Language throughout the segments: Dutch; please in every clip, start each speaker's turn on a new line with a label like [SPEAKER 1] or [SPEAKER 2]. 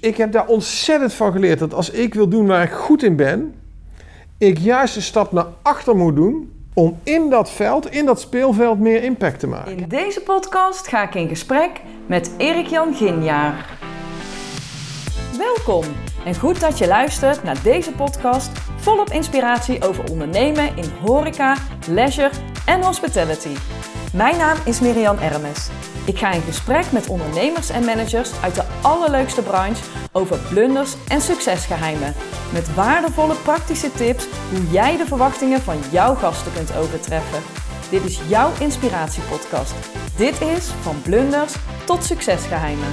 [SPEAKER 1] ik heb daar ontzettend van geleerd dat als ik wil doen waar ik goed in ben, ik juist een stap naar achter moet doen om in dat veld, in dat speelveld, meer impact te maken.
[SPEAKER 2] In deze podcast ga ik in gesprek met Erik-Jan Ginjaar. Welkom en goed dat je luistert naar deze podcast volop inspiratie over ondernemen in horeca, leisure en hospitality. Mijn naam is Miriam Ermes. Ik ga in gesprek met ondernemers en managers uit de allerleukste branche over blunders en succesgeheimen. Met waardevolle praktische tips hoe jij de verwachtingen van jouw gasten kunt overtreffen. Dit is jouw inspiratiepodcast. Dit is van blunders tot succesgeheimen.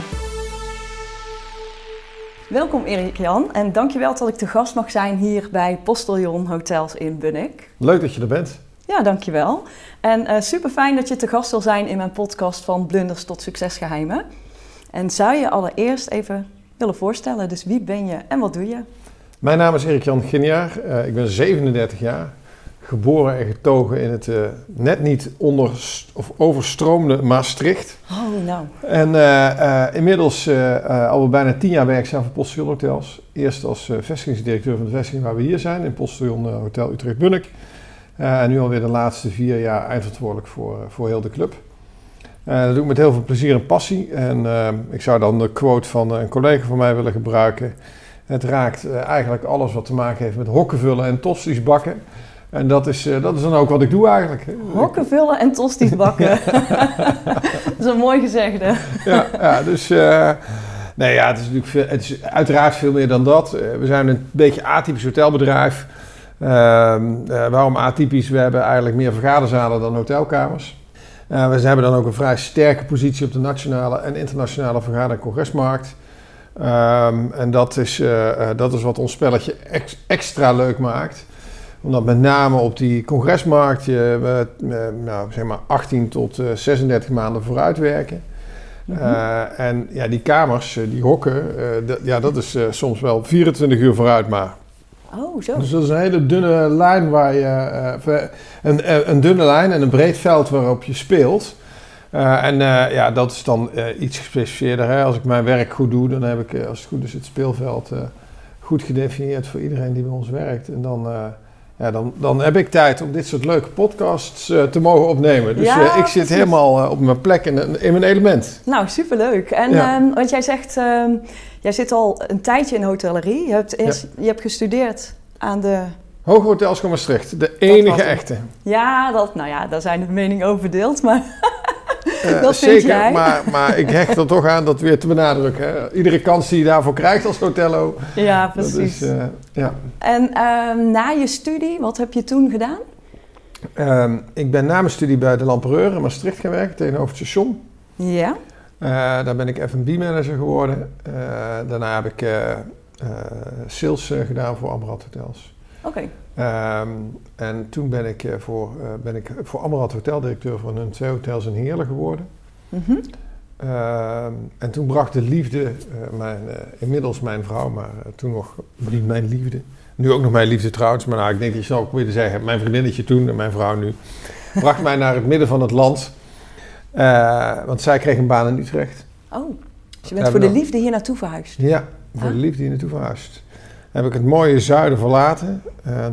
[SPEAKER 2] Welkom Erik-Jan en dankjewel dat ik te gast mag zijn hier bij Postillon Hotels in Bunnik.
[SPEAKER 1] Leuk dat je er bent.
[SPEAKER 2] Ja, dankjewel. En super fijn dat je te gast wil zijn in mijn podcast van blunders tot succesgeheimen. En zou je allereerst even willen voorstellen, dus wie ben je en wat doe je?
[SPEAKER 1] Mijn naam is Erik-Jan Ginjaar. Ik ben 37 jaar. Geboren en getogen in het net niet overstroomde Maastricht.
[SPEAKER 2] Oh, nou.
[SPEAKER 1] En inmiddels al bijna 10 jaar werkzaam voor Postillon Hotels. Eerst als vestigingsdirecteur van de vestiging waar we hier zijn, in Postillon Hotel Utrecht Bunnik. En nu alweer de laatste 4 jaar eindverantwoordelijk voor heel de club. Dat doe ik met heel veel plezier en passie. En ik zou dan de quote van een collega van mij willen gebruiken. Het raakt eigenlijk alles wat te maken heeft met hokken vullen en tosti's bakken. En dat is dan ook wat ik doe eigenlijk.
[SPEAKER 2] Hokken vullen en tosti's bakken. Dat is een mooi gezegde.
[SPEAKER 1] Dus... nee, ja, het is uiteraard veel meer dan dat. We zijn een beetje atypisch hotelbedrijf. Waarom atypisch? We hebben eigenlijk meer vergaderzalen dan hotelkamers. We hebben dan ook een vrij sterke positie op de nationale en internationale vergader- en congresmarkt. En dat is wat ons spelletje extra leuk maakt. Omdat met name op die congresmarkt je zeg maar 18 tot 36 maanden vooruit werken. En ja, die kamers, die hokken, dat is soms wel 24 uur vooruit maar.
[SPEAKER 2] Oh, zo.
[SPEAKER 1] Dus dat is een hele dunne lijn waar je een dunne lijn en een breed veld waarop je speelt. Dat is dan iets gespecificeerder. Hè? Als ik mijn werk goed doe, dan heb ik als het goed is het speelveld goed gedefinieerd voor iedereen die bij ons werkt. En dan heb ik tijd om dit soort leuke podcasts te mogen opnemen. Dus ik zit helemaal op mijn plek in mijn element.
[SPEAKER 2] Nou, superleuk. En want jij zegt, jij zit al een tijdje in hotellerie. Je hebt gestudeerd aan de...
[SPEAKER 1] Hoge Hotels van Maastricht, de enige echte.
[SPEAKER 2] Ja, daar zijn de meningen over verdeeld, maar dat
[SPEAKER 1] zeker,
[SPEAKER 2] vind jij.
[SPEAKER 1] Maar ik hecht er toch aan dat weer te benadrukken. Hè? Iedere kans die je daarvoor krijgt als hotello.
[SPEAKER 2] Ja, precies. En na je studie, wat heb je toen gedaan?
[SPEAKER 1] Ik ben na mijn studie bij de L'Empereur in Maastricht gaan werken, tegenover het station. Ja. Daar ben ik F&B manager geworden. Daarna heb ik sales gedaan voor Amrad Hotels.
[SPEAKER 2] Oké.
[SPEAKER 1] En toen ben ik voor Amrad hoteldirecteur van hun 2 hotels in Heerlen geworden. Mm-hmm. En toen bracht de liefde, inmiddels mijn vrouw, maar toen nog niet mijn liefde. Nu ook nog mijn liefde trouwens, maar ik denk dat je zou ook willen zeggen, mijn vriendinnetje toen en mijn vrouw nu, bracht mij naar het midden van het land. Want zij kreeg een baan in Utrecht.
[SPEAKER 2] Oh, dus je bent voor de liefde hier naartoe verhuisd?
[SPEAKER 1] Ja, voor de liefde hier naartoe verhuisd. Heb ik het mooie zuiden verlaten.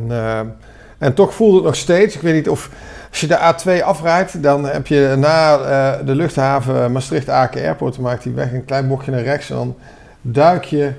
[SPEAKER 1] En toch voelde het nog steeds. Ik weet niet of als je de A2 afrijdt, dan heb je na de luchthaven Maastricht-Aken Airport, dan maakt die weg een klein bochtje naar rechts en dan duik je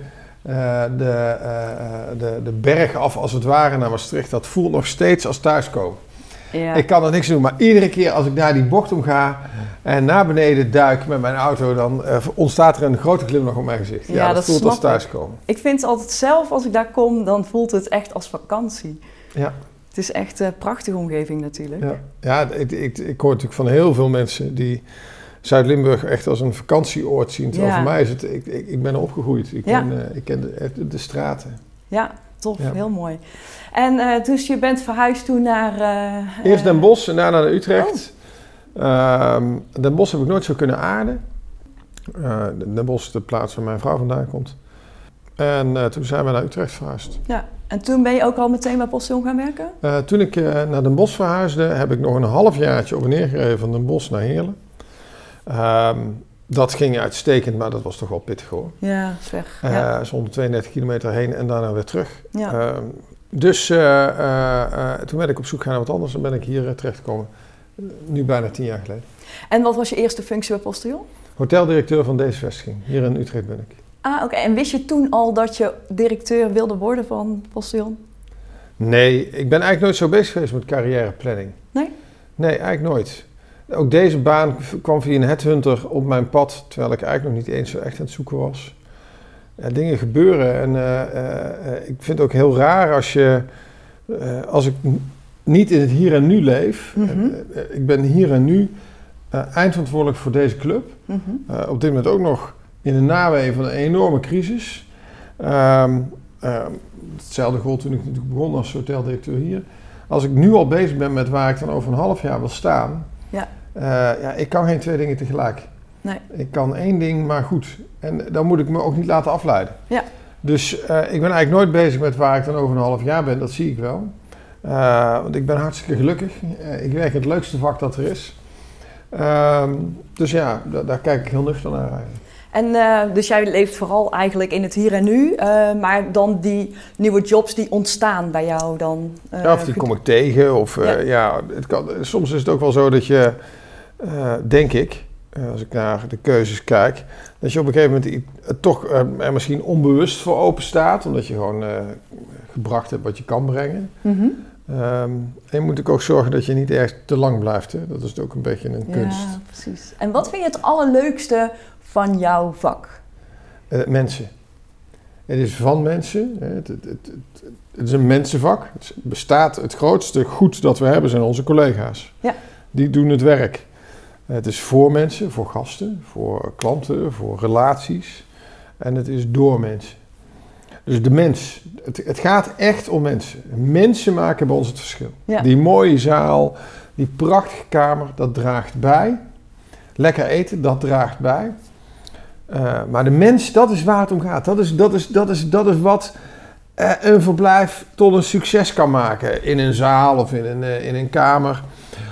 [SPEAKER 1] de berg af als het ware naar Maastricht. Dat voelt nog steeds als thuiskomen. Ja. Ik kan er niks doen, maar iedere keer als ik naar die bocht om ga en naar beneden duik met mijn auto, dan ontstaat er een grote glimlach op mijn gezicht. Ja, dat voelt als thuiskomen.
[SPEAKER 2] Ik vind het altijd zelf, als ik daar kom, dan voelt het echt als vakantie. Ja. Het is echt een prachtige omgeving natuurlijk.
[SPEAKER 1] Ik hoor natuurlijk van heel veel mensen die Zuid-Limburg echt als een vakantieoord zien. Terwijl voor mij is het, ik ben er opgegroeid. Ik ken de straten.
[SPEAKER 2] Ja, tof. Ja. Heel mooi. En dus je bent verhuisd toen naar...
[SPEAKER 1] Eerst Den Bosch en daarna naar Utrecht. Den Bosch heb ik nooit zo kunnen aarden. Den Bosch is de plaats waar mijn vrouw vandaan komt. En toen zijn we naar Utrecht verhuisd.
[SPEAKER 2] Ja. En toen ben je ook al meteen bij Postillon gaan werken?
[SPEAKER 1] Toen ik naar Den Bosch verhuisde, heb ik nog een halfjaartje op en neer gereden van Den Bosch naar Heerlen. Dat ging uitstekend, maar dat was toch wel pittig hoor.
[SPEAKER 2] Ja, is weg. Ja.
[SPEAKER 1] 132 kilometer heen en daarna weer terug.
[SPEAKER 2] Ja.
[SPEAKER 1] Dus toen ben ik op zoek gaan naar wat anders en ben ik hier terechtgekomen. Nu bijna 10 jaar geleden.
[SPEAKER 2] En wat was je eerste functie bij Postillon?
[SPEAKER 1] Hoteldirecteur van deze vestiging. Hier in Utrecht ben ik.
[SPEAKER 2] Oké. En wist je toen al dat je directeur wilde worden van Postillon?
[SPEAKER 1] Nee, ik ben eigenlijk nooit zo bezig geweest met carrièreplanning.
[SPEAKER 2] Nee?
[SPEAKER 1] Nee, eigenlijk nooit. Ook deze baan kwam via een headhunter op mijn pad, terwijl ik eigenlijk nog niet eens zo echt aan het zoeken was. Dingen gebeuren en ik vind het ook heel raar als ik niet in het hier en nu leef.
[SPEAKER 2] Mm-hmm.
[SPEAKER 1] Ik ben hier en nu eindverantwoordelijk voor deze club.
[SPEAKER 2] Mm-hmm.
[SPEAKER 1] Op dit moment ook nog in de naweeën van een enorme crisis. Hetzelfde gold toen ik natuurlijk begon als hoteldirecteur hier. Als ik nu al bezig ben met waar ik dan over een half jaar wil staan... ik kan geen 2 dingen tegelijk.
[SPEAKER 2] Nee.
[SPEAKER 1] Ik kan 1 ding maar goed. En dan moet ik me ook niet laten afleiden.
[SPEAKER 2] Ja.
[SPEAKER 1] Dus ik ben eigenlijk nooit bezig met waar ik dan over een half jaar ben. Dat zie ik wel. Want ik ben hartstikke gelukkig. Ik werk in het leukste vak dat er is. Dus ja, daar kijk ik heel nuchter naar eigenlijk.
[SPEAKER 2] En dus jij leeft vooral eigenlijk in het hier en nu, maar dan die nieuwe jobs die ontstaan bij jou dan?
[SPEAKER 1] Of die kom ik tegen. Of het kan, soms is het ook wel zo dat je, denk ik, als ik naar de keuzes kijk, dat je op een gegeven moment toch er misschien onbewust voor open staat, omdat je gewoon gebracht hebt wat je kan brengen.
[SPEAKER 2] Mm-hmm.
[SPEAKER 1] En je moet ook zorgen dat je niet erg te lang blijft. Hè? Dat is ook een beetje een kunst.
[SPEAKER 2] Ja, precies. En wat vind je het allerleukste van jouw vak?
[SPEAKER 1] Mensen. Het is van mensen. Het is een mensenvak. Het grootste goed dat we hebben zijn onze collega's.
[SPEAKER 2] Ja.
[SPEAKER 1] Die doen het werk. Het is voor mensen, voor gasten, voor klanten, voor relaties. En het is door mensen. Dus de mens. Het gaat echt om mensen. Mensen maken bij ons het verschil.
[SPEAKER 2] Ja.
[SPEAKER 1] Die mooie zaal, die prachtige kamer, dat draagt bij. Lekker eten, dat draagt bij. Maar de mens, dat is waar het om gaat. Dat is wat een verblijf tot een succes kan maken. In een zaal of in een kamer.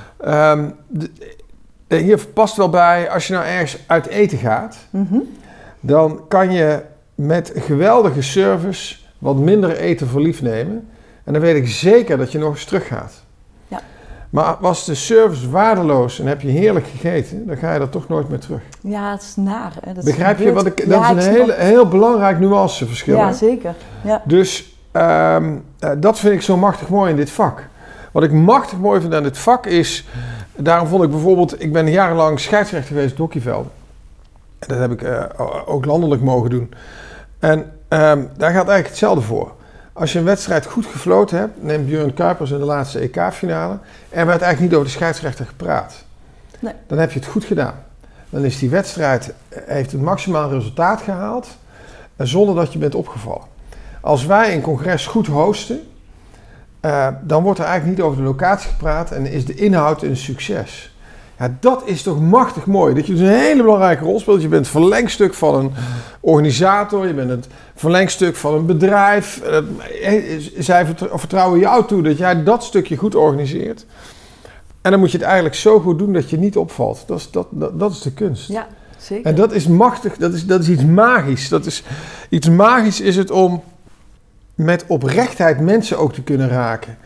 [SPEAKER 1] Hier past wel bij, als je nou ergens uit eten gaat,
[SPEAKER 2] Mm-hmm.
[SPEAKER 1] dan kan je met geweldige service wat minder eten voor lief nemen. En dan weet ik zeker dat je nog eens terug gaat. Ja. Maar was de service waardeloos en heb je heerlijk gegeten, dan ga je er toch nooit meer terug.
[SPEAKER 2] Ja, het is naar. Hè? Dat
[SPEAKER 1] begrijp je? Dat is een heel belangrijk nuanceverschil.
[SPEAKER 2] Ja,
[SPEAKER 1] hè?
[SPEAKER 2] zeker. Ja.
[SPEAKER 1] Dus dat vind ik zo machtig mooi in dit vak. Wat ik machtig mooi vind aan dit vak is, daarom vond ik bijvoorbeeld, ik ben jarenlang scheidsrechter geweest op hockeyvelden. En dat heb ik ook landelijk mogen doen. En daar gaat eigenlijk hetzelfde voor. Als je een wedstrijd goed gefloten hebt, neemt Björn Kuipers in de laatste EK-finale, er werd eigenlijk niet over de scheidsrechter gepraat.
[SPEAKER 2] Nee.
[SPEAKER 1] Dan heb je het goed gedaan. Dan is die wedstrijd, heeft het maximaal resultaat gehaald, zonder dat je bent opgevallen. Als wij een congres goed hosten, dan wordt er eigenlijk niet over de locatie gepraat en is de inhoud een succes. Ja, dat is toch machtig mooi. Dat je dus een hele belangrijke rol speelt. Je bent het verlengstuk van een organisator. Je bent het verlengstuk van een bedrijf. Zij vertrouwen jou toe dat jij dat stukje goed organiseert. En dan moet je het eigenlijk zo goed doen dat je niet opvalt. Dat is de kunst.
[SPEAKER 2] Ja, zeker.
[SPEAKER 1] En dat is machtig. Dat is iets magisch. Iets magisch is het om met oprechtheid mensen ook te kunnen raken.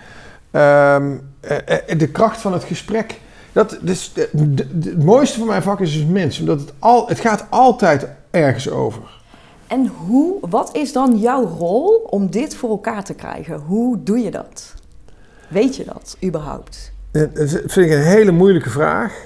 [SPEAKER 1] De kracht van het gesprek. Het mooiste van mijn vak is dus mens. Omdat het gaat altijd ergens over.
[SPEAKER 2] En wat is dan jouw rol om dit voor elkaar te krijgen? Hoe doe je dat? Weet je dat überhaupt?
[SPEAKER 1] Dat vind ik een hele moeilijke vraag.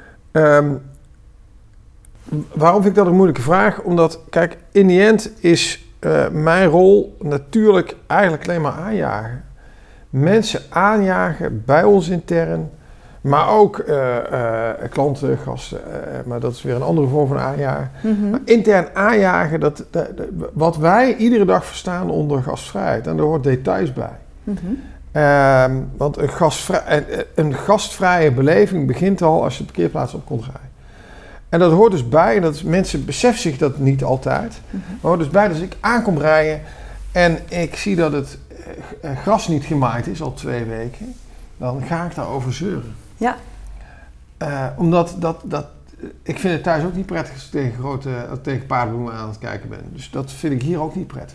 [SPEAKER 1] Waarom vind ik dat een moeilijke vraag? Omdat, kijk, in the end is mijn rol natuurlijk eigenlijk alleen maar aanjagen. Mensen aanjagen bij ons intern. Maar ook klanten, gasten, maar dat is weer een andere vorm van aanjagen. Mm-hmm. Maar intern aanjagen, wat wij iedere dag verstaan onder gastvrijheid. En daar hoort details bij. Mm-hmm. Want een gastvrije beleving begint al als je de parkeerplaats op komt rijden. En dat hoort dus bij, en mensen beseffen zich dat niet altijd. Mm-hmm. Maar hoort dus bij dat als ik aankom rijden en ik zie dat het gras niet gemaaid is al 2 weken... dan ga ik daarover zeuren.
[SPEAKER 2] Ja.
[SPEAKER 1] Omdat ik vind het thuis ook niet prettig als ik tegen paardenbloemen aan het kijken ben. Dus dat vind ik hier ook niet prettig.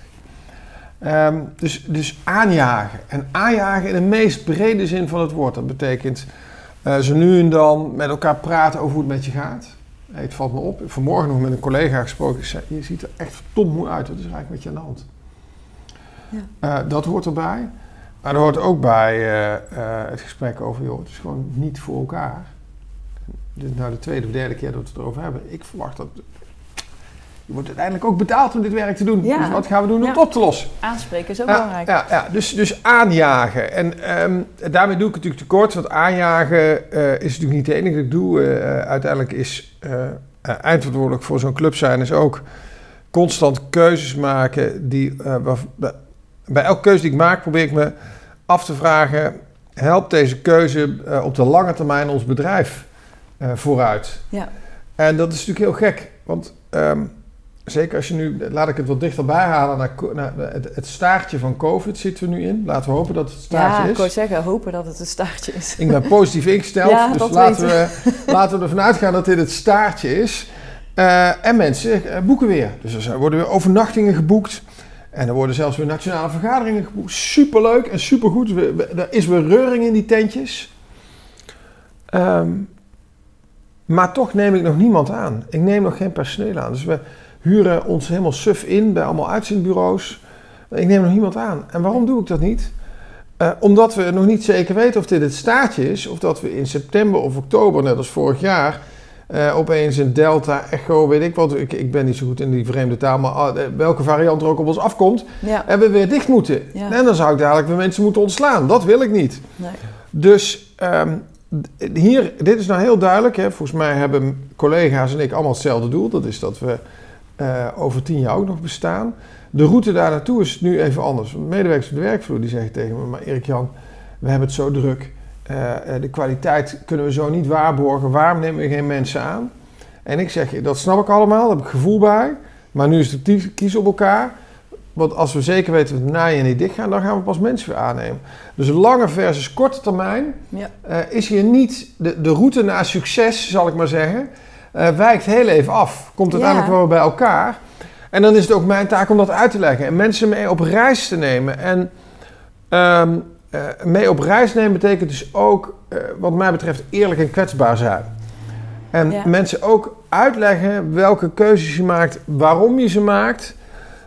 [SPEAKER 1] Dus aanjagen. En aanjagen in de meest brede zin van het woord. Dat betekent zo nu en dan met elkaar praten over hoe het met je gaat. Het valt me op. Ik heb vanmorgen nog met een collega gesproken. Ik zei, je ziet er echt verdomd moe uit. Wat is er eigenlijk met je aan de hand? Ja. Dat hoort erbij. Maar er hoort ook bij het gesprek over, joh, het is gewoon niet voor elkaar. Dit is nou de tweede of derde keer dat we het erover hebben. Ik verwacht dat... Je wordt uiteindelijk ook betaald om dit werk te doen. Ja. Dus wat gaan we doen om het op te lossen?
[SPEAKER 2] Aanspreken is ook belangrijk.
[SPEAKER 1] Ja. Dus aanjagen. En daarmee doe ik het natuurlijk tekort. Want aanjagen is natuurlijk niet het enige dat ik doe. Uiteindelijk is eindverantwoordelijk voor zo'n club zijn... is ook constant keuzes maken. Bij elke keuze die ik maak probeer ik me af te vragen... helpt deze keuze op de lange termijn ons bedrijf vooruit? Ja. En dat is natuurlijk heel gek. Want... zeker als je nu, laat ik het wat dichterbij halen naar het staartje van COVID zitten we nu in. Laten we hopen dat het staartje is.
[SPEAKER 2] Ja, ik wou zeggen, hopen dat het een staartje is.
[SPEAKER 1] Ik ben positief ingesteld, dus laten we ervan uitgaan dat dit het staartje is. En mensen boeken weer. Dus er worden weer overnachtingen geboekt. En er worden zelfs weer nationale vergaderingen geboekt. Superleuk en supergoed. Er is weer reuring in die tentjes. Maar toch neem ik nog niemand aan. Ik neem nog geen personeel aan. Dus we huren ons helemaal suf in bij allemaal uitzendbureaus. Ik neem nog niemand aan. En waarom doe ik dat niet? Omdat we nog niet zeker weten of dit het staartje is. Of dat we in september of oktober, net als vorig jaar... opeens een delta, echo, weet ik wat. Ik ben niet zo goed in die vreemde taal. Maar welke variant er ook op ons afkomt. Ja. En we weer dicht moeten. Ja. En dan zou ik dadelijk weer mensen moeten ontslaan. Dat wil ik niet. Nee. Dus... dit is nou heel duidelijk. Hè. Volgens mij hebben collega's en ik allemaal hetzelfde doel. Dat is dat we over 10 jaar ook nog bestaan. De route daar naartoe is nu even anders. Want medewerkers op de werkvloer die zeggen tegen me... maar Erik-Jan, we hebben het zo druk. De kwaliteit kunnen we zo niet waarborgen. Waarom nemen we geen mensen aan? En ik zeg, dat snap ik allemaal. Daar heb ik gevoel bij. Maar nu is het kiezen op elkaar. Want als we zeker weten dat we na je niet dicht gaan, dan gaan we pas mensen weer aannemen. Dus lange versus korte termijn is hier niet de route naar succes, zal ik maar zeggen, wijkt heel even af. Komt uiteindelijk wel bij elkaar. En dan is het ook mijn taak om dat uit te leggen en mensen mee op reis te nemen. En mee op reis nemen betekent dus ook, wat mij betreft, eerlijk en kwetsbaar zijn. En mensen ook uitleggen welke keuzes je maakt, waarom je ze maakt.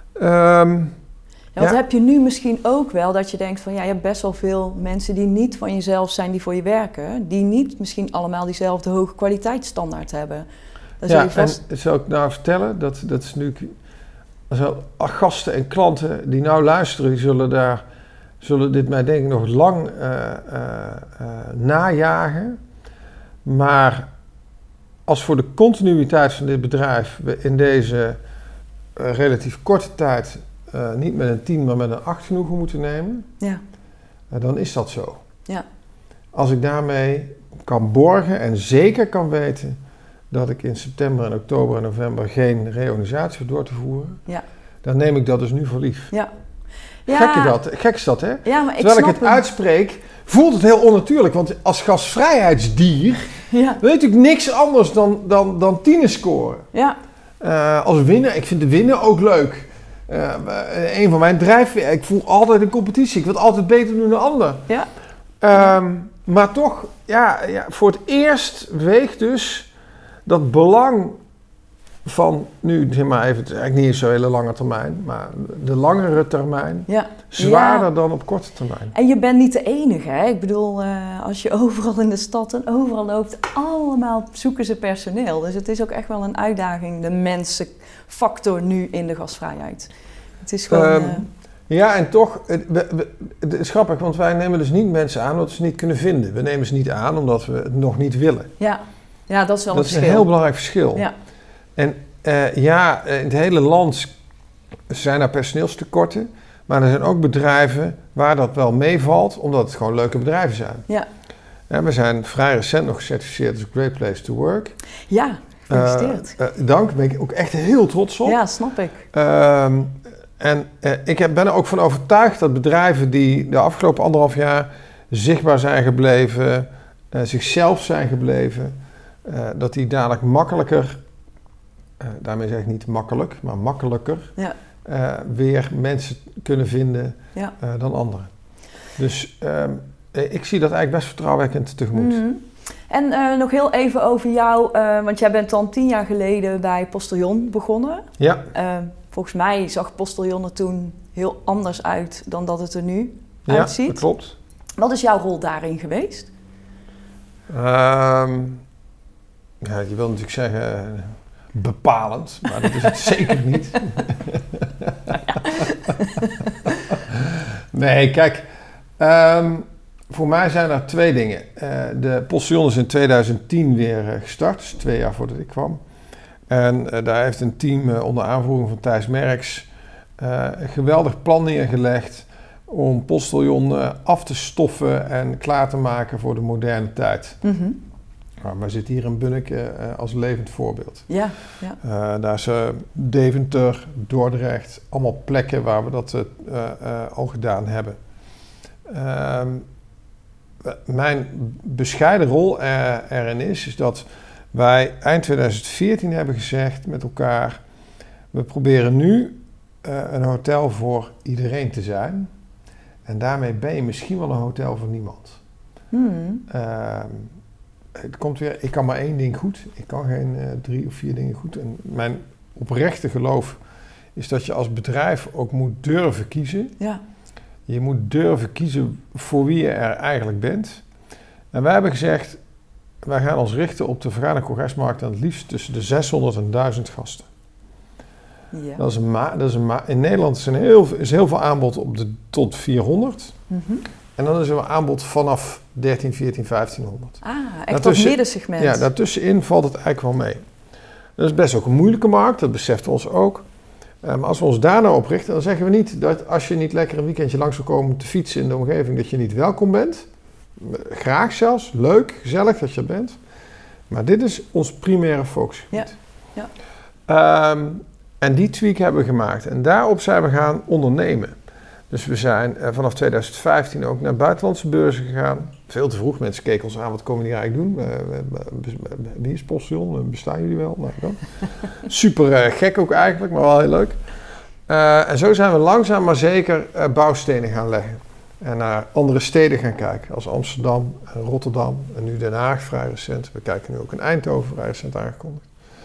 [SPEAKER 2] Want heb je nu misschien ook wel dat je denkt van... je hebt best wel veel mensen die niet van jezelf zijn, die voor je werken... die niet misschien allemaal diezelfde hoge kwaliteitsstandaard hebben.
[SPEAKER 1] En zal ik nou vertellen, dat is nu... gasten en klanten die nou luisteren, die zullen dit mij denk ik nog lang najagen. Maar als voor de continuïteit van dit bedrijf we in deze... relatief korte tijd niet met een 10, maar met een 8 genoegen moeten nemen, dan is dat zo. Ja. Als ik daarmee kan borgen en zeker kan weten dat ik in september en oktober en november geen reorganisatie hoef door te voeren, dan neem ik dat dus nu voor lief. Ja. Gek is dat, hè? Ja, maar terwijl ik het uitspreek, voelt het heel onnatuurlijk. Want als gastvrijheidsdier weet ik niks anders dan 10 scoren. Ja. Als winnen, ik vind de winnen ook leuk. Een van mijn drijfveren, ik voel altijd een competitie. Ik wil het altijd beter doen dan ander. Ja. Maar toch, voor het eerst weegt dus dat belang van nu, zeg maar even, het is eigenlijk niet zo'n hele lange termijn, maar de langere termijn zwaarder dan op korte termijn.
[SPEAKER 2] En je bent niet de enige, hè? Ik bedoel, als je overal in de stad en overal loopt, allemaal zoeken ze personeel. Dus het is ook echt wel een uitdaging, de mensenfactor nu in de gastvrijheid. Het is gewoon...
[SPEAKER 1] Ja, en toch, het is grappig, want wij nemen dus niet mensen aan omdat we ze niet kunnen vinden. We nemen ze niet aan omdat we het nog niet willen.
[SPEAKER 2] Ja, dat is wel een verschil.
[SPEAKER 1] Dat is een heel belangrijk verschil. Ja. En in het hele land zijn er personeelstekorten, maar er zijn ook bedrijven waar dat wel meevalt, omdat het gewoon leuke bedrijven zijn. Ja. We zijn vrij recent nog gecertificeerd als Great Place to Work.
[SPEAKER 2] Ja, gefeliciteerd.
[SPEAKER 1] Dank, daar ben ik ook echt heel trots op.
[SPEAKER 2] Ja, snap ik.
[SPEAKER 1] Ik ben er ook van overtuigd dat bedrijven die de afgelopen 1,5 jaar zichtbaar zijn gebleven, zichzelf zijn gebleven, dat die dadelijk makkelijker, daarmee zeg ik niet makkelijk, maar makkelijker, weer mensen kunnen vinden dan anderen. Dus ik zie dat eigenlijk best vertrouwenwekkend tegemoet.
[SPEAKER 2] Mm-hmm. En nog heel even over jou, want jij bent dan 10 jaar geleden bij Postillon begonnen.
[SPEAKER 1] Ja.
[SPEAKER 2] Volgens mij zag Postillon er toen heel anders uit dan dat het er nu uitziet.
[SPEAKER 1] Ja, dat klopt.
[SPEAKER 2] Wat is jouw rol daarin geweest?
[SPEAKER 1] Je wil natuurlijk zeggen bepalend, maar dat is het zeker niet. Nee, kijk, voor mij zijn er 2 dingen. De Postillon is in 2010 weer gestart, dus 2 jaar voordat ik kwam. En daar heeft een team onder aanvoering van Thijs Merks een geweldig plan neergelegd om Postillon af te stoffen en klaar te maken voor de moderne tijd. Mm-hmm. Nou, wij zitten hier in Bunnik als levend voorbeeld.
[SPEAKER 2] Ja.
[SPEAKER 1] Daar is Deventer, Dordrecht, allemaal plekken waar we dat al gedaan hebben. Mijn bescheiden rol erin is dat wij eind 2014 hebben gezegd met elkaar, we proberen nu een hotel voor iedereen te zijn. En daarmee ben je misschien wel een hotel voor niemand. Het komt weer, ik kan maar 1 ding goed. Ik kan geen 3 of 4 dingen goed. En mijn oprechte geloof is dat je als bedrijf ook moet durven kiezen. Ja. Je moet durven kiezen voor wie je er eigenlijk bent. En wij hebben gezegd, wij gaan ons richten op de vergader- en congresmarkt en het liefst tussen de 600 en 1000 gasten. Ja. Dat is in Nederland is heel veel aanbod tot 400. Mm-hmm. En dan is er een aanbod vanaf 13, 14, 1500.
[SPEAKER 2] Echt op middensegment.
[SPEAKER 1] Ja, daartussenin valt het eigenlijk wel mee. Dat is best ook een moeilijke markt, dat beseffen we ons ook. Maar als we ons daar nou op richten, dan zeggen we niet dat als je niet lekker een weekendje langs wil komen te fietsen in de omgeving, dat je niet welkom bent. Graag zelfs, leuk, gezellig dat je er bent. Maar dit is ons primaire focusgebied. Ja. En die tweak hebben we gemaakt. En daarop zijn we gaan ondernemen. Dus we zijn vanaf 2015 ook naar buitenlandse beurzen gegaan. Veel te vroeg. Mensen keken ons aan, wat komen die eigenlijk doen? Wie is Postillon? Bestaan jullie wel? Nou, dan. Super gek ook eigenlijk, maar wel heel leuk. En zo zijn we langzaam maar zeker bouwstenen gaan leggen. En naar andere steden gaan kijken. Als Amsterdam, Rotterdam en nu Den Haag vrij recent. We kijken nu ook in Eindhoven vrij recent aangekondigd.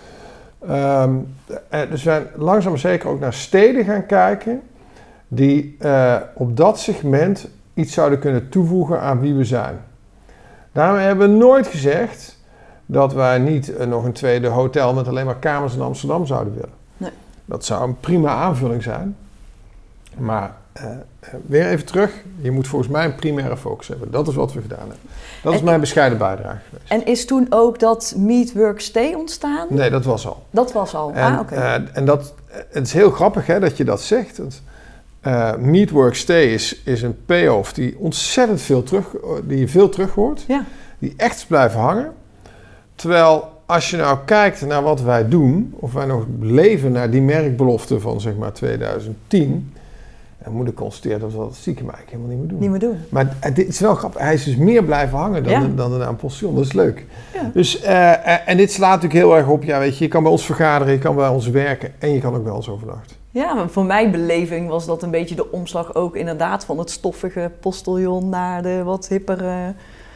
[SPEAKER 1] Dus we zijn langzaam maar zeker ook naar steden gaan kijken die op dat segment iets zouden kunnen toevoegen aan wie we zijn. Daarmee hebben we nooit gezegd dat wij niet nog een tweede hotel met alleen maar kamers in Amsterdam zouden willen. Nee. Dat zou een prima aanvulling zijn. Maar weer even terug, je moet volgens mij een primaire focus hebben. Dat is wat we gedaan hebben. Dat is mijn bescheiden bijdrage geweest.
[SPEAKER 2] En is toen ook dat Meet, Work, Stay ontstaan?
[SPEAKER 1] Nee, dat was al.
[SPEAKER 2] Dat was al, oké.
[SPEAKER 1] En het is heel grappig dat je dat zegt. Meet, Work, Stay is een payoff die ontzettend die je veel terug hoort. Ja. Die echt is blijven hangen. Terwijl als je nou kijkt naar wat wij doen, of wij nog leven naar die merkbelofte van zeg maar 2010... dan moet ik constateren dat we dat stiekem eigenlijk helemaal niet meer doen. Maar het is wel grappig. Hij is dus meer blijven hangen dan de naam Postillon. Dat is leuk. Ja. Dus, en dit slaat natuurlijk heel erg op. Ja, weet je kan bij ons vergaderen, je kan bij ons werken en je kan ook bij ons overnachten.
[SPEAKER 2] Ja, maar voor mijn beleving was dat een beetje de omslag ook inderdaad van het stoffige Postillon naar de wat hippere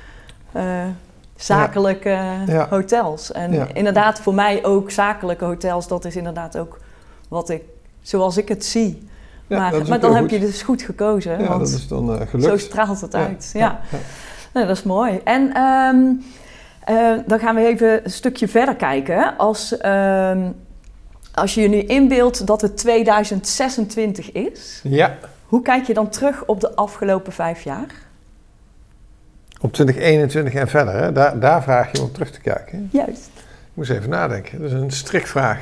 [SPEAKER 2] zakelijke hotels. En inderdaad voor mij ook zakelijke hotels, dat is inderdaad ook zoals ik het zie. Ja, maar dan heb je dus goed gekozen.
[SPEAKER 1] Ja,
[SPEAKER 2] want
[SPEAKER 1] dat is dan gelukt.
[SPEAKER 2] Zo straalt het uit. Ja. Nee, dat is mooi. En dan gaan we even een stukje verder kijken. Als je je nu inbeeldt dat het 2026 is, hoe kijk je dan terug op de afgelopen 5 jaar?
[SPEAKER 1] Op 2021 en verder, hè? Daar vraag je om terug te kijken. Hè?
[SPEAKER 2] Juist.
[SPEAKER 1] Ik moest even nadenken. Dat is een strikvraag.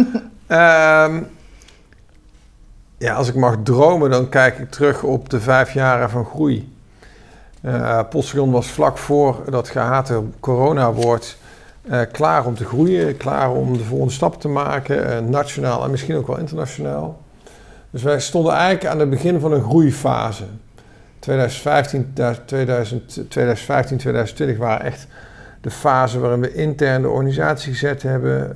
[SPEAKER 1] Als ik mag dromen, dan kijk ik terug op de 5 jaren van groei. Postillon was vlak voor dat gehate corona-woord klaar om te groeien, klaar om de volgende stap te maken, nationaal en misschien ook wel internationaal. Dus wij stonden eigenlijk aan het begin van een groeifase. 2015, 2020 waren echt de fase waarin we intern de organisatie gezet hebben,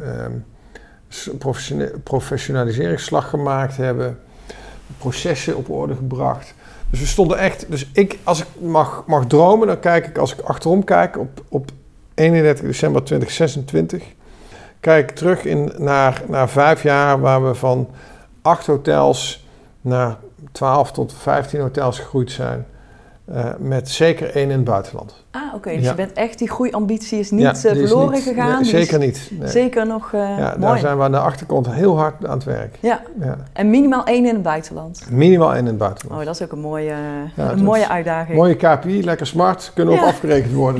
[SPEAKER 1] professionaliseringsslag gemaakt hebben, processen op orde gebracht. Dus we stonden echt, als ik mag dromen, dan kijk ik, als ik achterom kijk op 31 december 2026, kijk ik terug naar 5 jaar waar we van 8 hotels naar 12 tot 15 hotels gegroeid zijn. Met zeker 1 in het buitenland.
[SPEAKER 2] Oké. Dus je bent echt, die groeiambitie is niet verloren gegaan?
[SPEAKER 1] Nee, zeker niet. Nee.
[SPEAKER 2] Zeker nog mooi.
[SPEAKER 1] Daar zijn we aan de achterkant heel hard aan het werk.
[SPEAKER 2] Ja. En minimaal 1 in het buitenland?
[SPEAKER 1] Minimaal 1 in het buitenland.
[SPEAKER 2] Oh, dat is ook een mooie uitdaging.
[SPEAKER 1] Mooie KPI, lekker smart, kunnen ook afgerekend worden.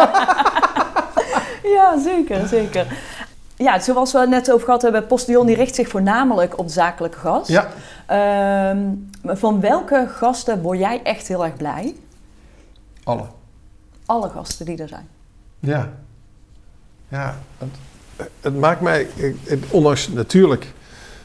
[SPEAKER 2] Ja, zeker. Ja, zoals we het net over gehad hebben, Postillon die richt zich voornamelijk op de zakelijke gast.
[SPEAKER 1] Ja.
[SPEAKER 2] Van welke gasten word jij echt heel erg blij? Alle gasten die er zijn.
[SPEAKER 1] Ja. Het maakt mij, ondanks natuurlijk.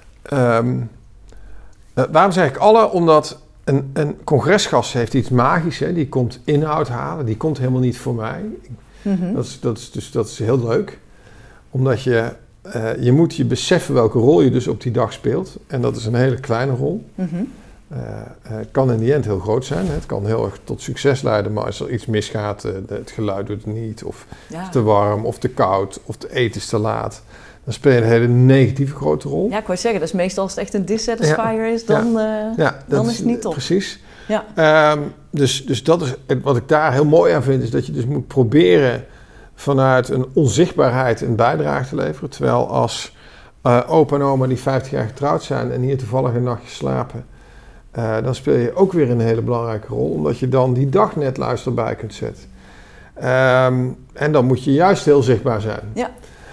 [SPEAKER 1] Waarom zeg ik alle? Omdat een congresgast heeft iets magisch. Hè? Die komt inhoud halen. Die komt helemaal niet voor mij. Mm-hmm. Dat is heel leuk. Omdat je moet je beseffen welke rol je dus op die dag speelt. En dat is een hele kleine rol. Mm-hmm. Het kan in die end heel groot zijn. Het kan heel erg tot succes leiden. Maar als er iets misgaat, het geluid doet het niet. Of het is te warm, of te koud, of het eten is te laat. Dan speel je een hele negatieve grote rol.
[SPEAKER 2] Ja, ik wou zeggen, dus meestal als het echt een dissatisfier is, dan is het niet top.
[SPEAKER 1] Precies. Ja. Dus dat is wat ik daar heel mooi aan vind, is dat je dus moet proberen vanuit een onzichtbaarheid een bijdrage te leveren. Terwijl als opa en oma die 50 jaar getrouwd zijn en hier toevallig een nachtje slapen, dan speel je ook weer een hele belangrijke rol, omdat je dan die dag net luister bij kunt zetten. En dan moet je juist heel zichtbaar zijn. Ja.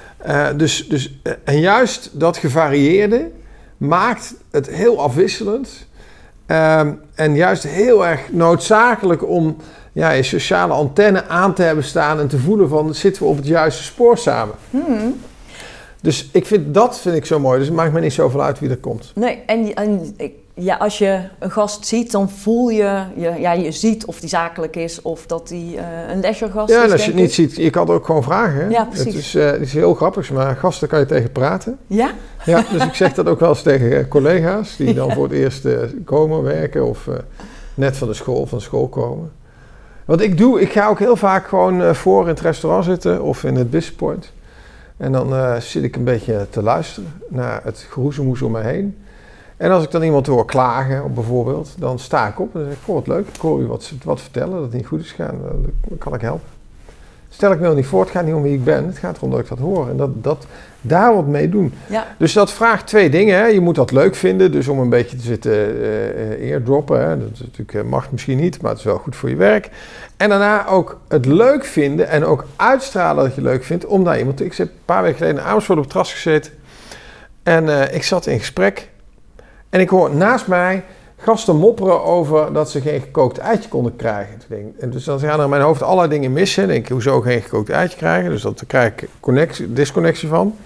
[SPEAKER 1] En juist dat gevarieerde maakt het heel afwisselend. En juist heel erg noodzakelijk om je sociale antenne aan te hebben staan en te voelen van, zitten we op het juiste spoor samen. Hmm. Dus dat vind ik zo mooi. Dus het maakt me niet zoveel uit wie er komt.
[SPEAKER 2] Nee, als je een gast ziet, dan voel je ziet of die zakelijk is of dat die een leisuregast is.
[SPEAKER 1] Ja, en als je het niet ziet, je kan het ook gewoon vragen. Hè?
[SPEAKER 2] Ja, precies.
[SPEAKER 1] Het is heel grappig, maar gasten kan je tegen praten.
[SPEAKER 2] Ja?
[SPEAKER 1] Ja, dus ik zeg dat ook wel eens tegen collega's die dan voor het eerst komen werken of net van de school komen. Wat ik doe, ik ga ook heel vaak gewoon voor in het restaurant zitten of in het Business Point. En dan zit ik een beetje te luisteren naar het geroezemoes om me heen. En als ik dan iemand hoor klagen, bijvoorbeeld, dan sta ik op en dan zeg ik, wat leuk, ik hoor u wat vertellen dat het niet goed is gegaan, dan kan ik helpen. Stel ik me nog niet voor, het gaat niet om wie ik ben, het gaat erom dat ik dat hoor en dat daar wat mee doen. Ja. Dus dat vraagt 2 dingen, hè. Je moet dat leuk vinden, dus om een beetje te zitten airdroppen, hè. Dat is natuurlijk, mag misschien niet, maar het is wel goed voor je werk. En daarna ook het leuk vinden en ook uitstralen dat je leuk vindt om daar iemand te... Ik heb een paar weken geleden in Amersfoort op het terras gezeten en ik zat in gesprek en ik hoor naast mij gasten mopperen over dat ze geen gekookt eitje konden krijgen. En dus dan gaan er in mijn hoofd allerlei dingen mis. En denk ik, hoezo geen gekookt eitje krijgen? Dus daar krijg ik disconnectie van.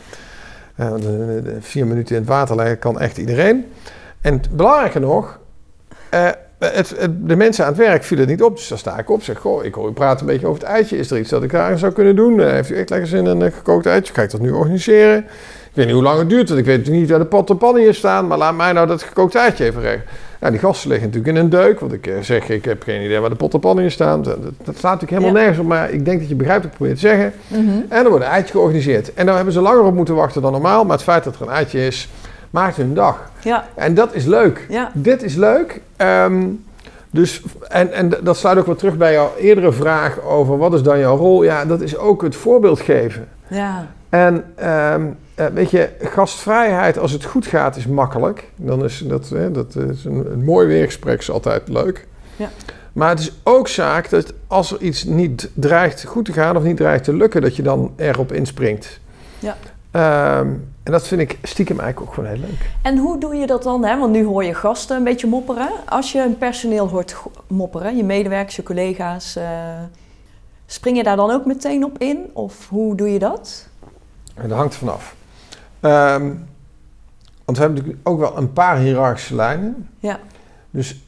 [SPEAKER 1] 4 minuten in het water leggen kan echt iedereen. En belangrijker nog, de mensen aan het werk vielen het niet op. Dus dan sta ik op en zeg, ik hoor u praten een beetje over het eitje. Is er iets dat ik daar zou kunnen doen? Heeft u echt lekker zin in een gekookt eitje? Ga ik dat nu organiseren? Ik weet niet hoe lang het duurt, want ik weet natuurlijk niet waar de pot en pannen hier staan. Maar laat mij nou dat gekookt eitje even regelen. Nou, die gasten liggen natuurlijk in een deuk. Want ik zeg, ik heb geen idee waar de pot en pannen in staan. Dat staat natuurlijk helemaal nergens op. Maar ik denk dat je begrijpt wat ik probeer te zeggen. Mm-hmm. En er wordt een eitje georganiseerd. En daar hebben ze langer op moeten wachten dan normaal. Maar het feit dat er een eitje is, maakt hun dag. Ja. En dat is leuk. Ja. Dit is leuk. Dus dat sluit ook wel terug bij jouw eerdere vraag over wat is dan jouw rol. Ja, dat is ook het voorbeeld geven. Ja. En weet je, gastvrijheid als het goed gaat is makkelijk. Dan is dat is een mooi weergesprek, is altijd leuk. Ja. Maar het is ook zaak dat als er iets niet dreigt goed te gaan of niet dreigt te lukken, dat je dan erop inspringt. Ja. En dat vind ik stiekem eigenlijk ook gewoon heel leuk.
[SPEAKER 2] En hoe doe je dat dan? Hè? Want nu hoor je gasten een beetje mopperen. Als je een personeel hoort mopperen, je medewerkers, je collega's, spring je daar dan ook meteen op in? Of hoe doe je dat?
[SPEAKER 1] Dat hangt er vanaf. Want we hebben natuurlijk ook wel een paar hiërarchische lijnen. Ja. Dus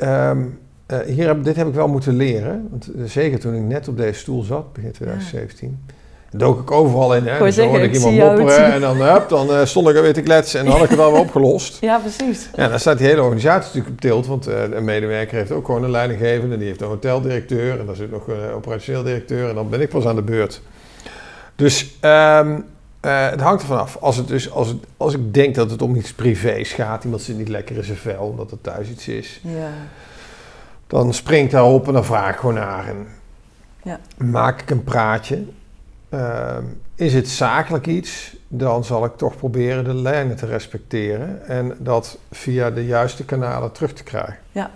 [SPEAKER 1] dit heb ik wel moeten leren. Want zeker toen ik net op deze stoel zat, begin 2017... Ja. dook ik overal in. Hè?
[SPEAKER 2] Gooi
[SPEAKER 1] Dus dan hoorde ik iemand mopperen en dan stond ik er weer te kletsen en dan had ik het alweer opgelost.
[SPEAKER 2] Ja, precies.
[SPEAKER 1] Ja, dan staat die hele organisatie natuurlijk op tilt, want een medewerker heeft ook gewoon een leidinggevende, die heeft een hoteldirecteur en daar zit nog een operationeel directeur en dan ben ik pas aan de beurt. Dus het hangt ervan af. Als ik denk dat het om iets privés gaat, iemand zit niet lekker in zijn vel, omdat er thuis iets is, dan spring ik daarop en dan vraag ik gewoon naar en maak ik een praatje. Is het zakelijk iets, dan zal ik toch proberen de lijnen te respecteren en dat via de juiste kanalen terug te krijgen.
[SPEAKER 2] Ja.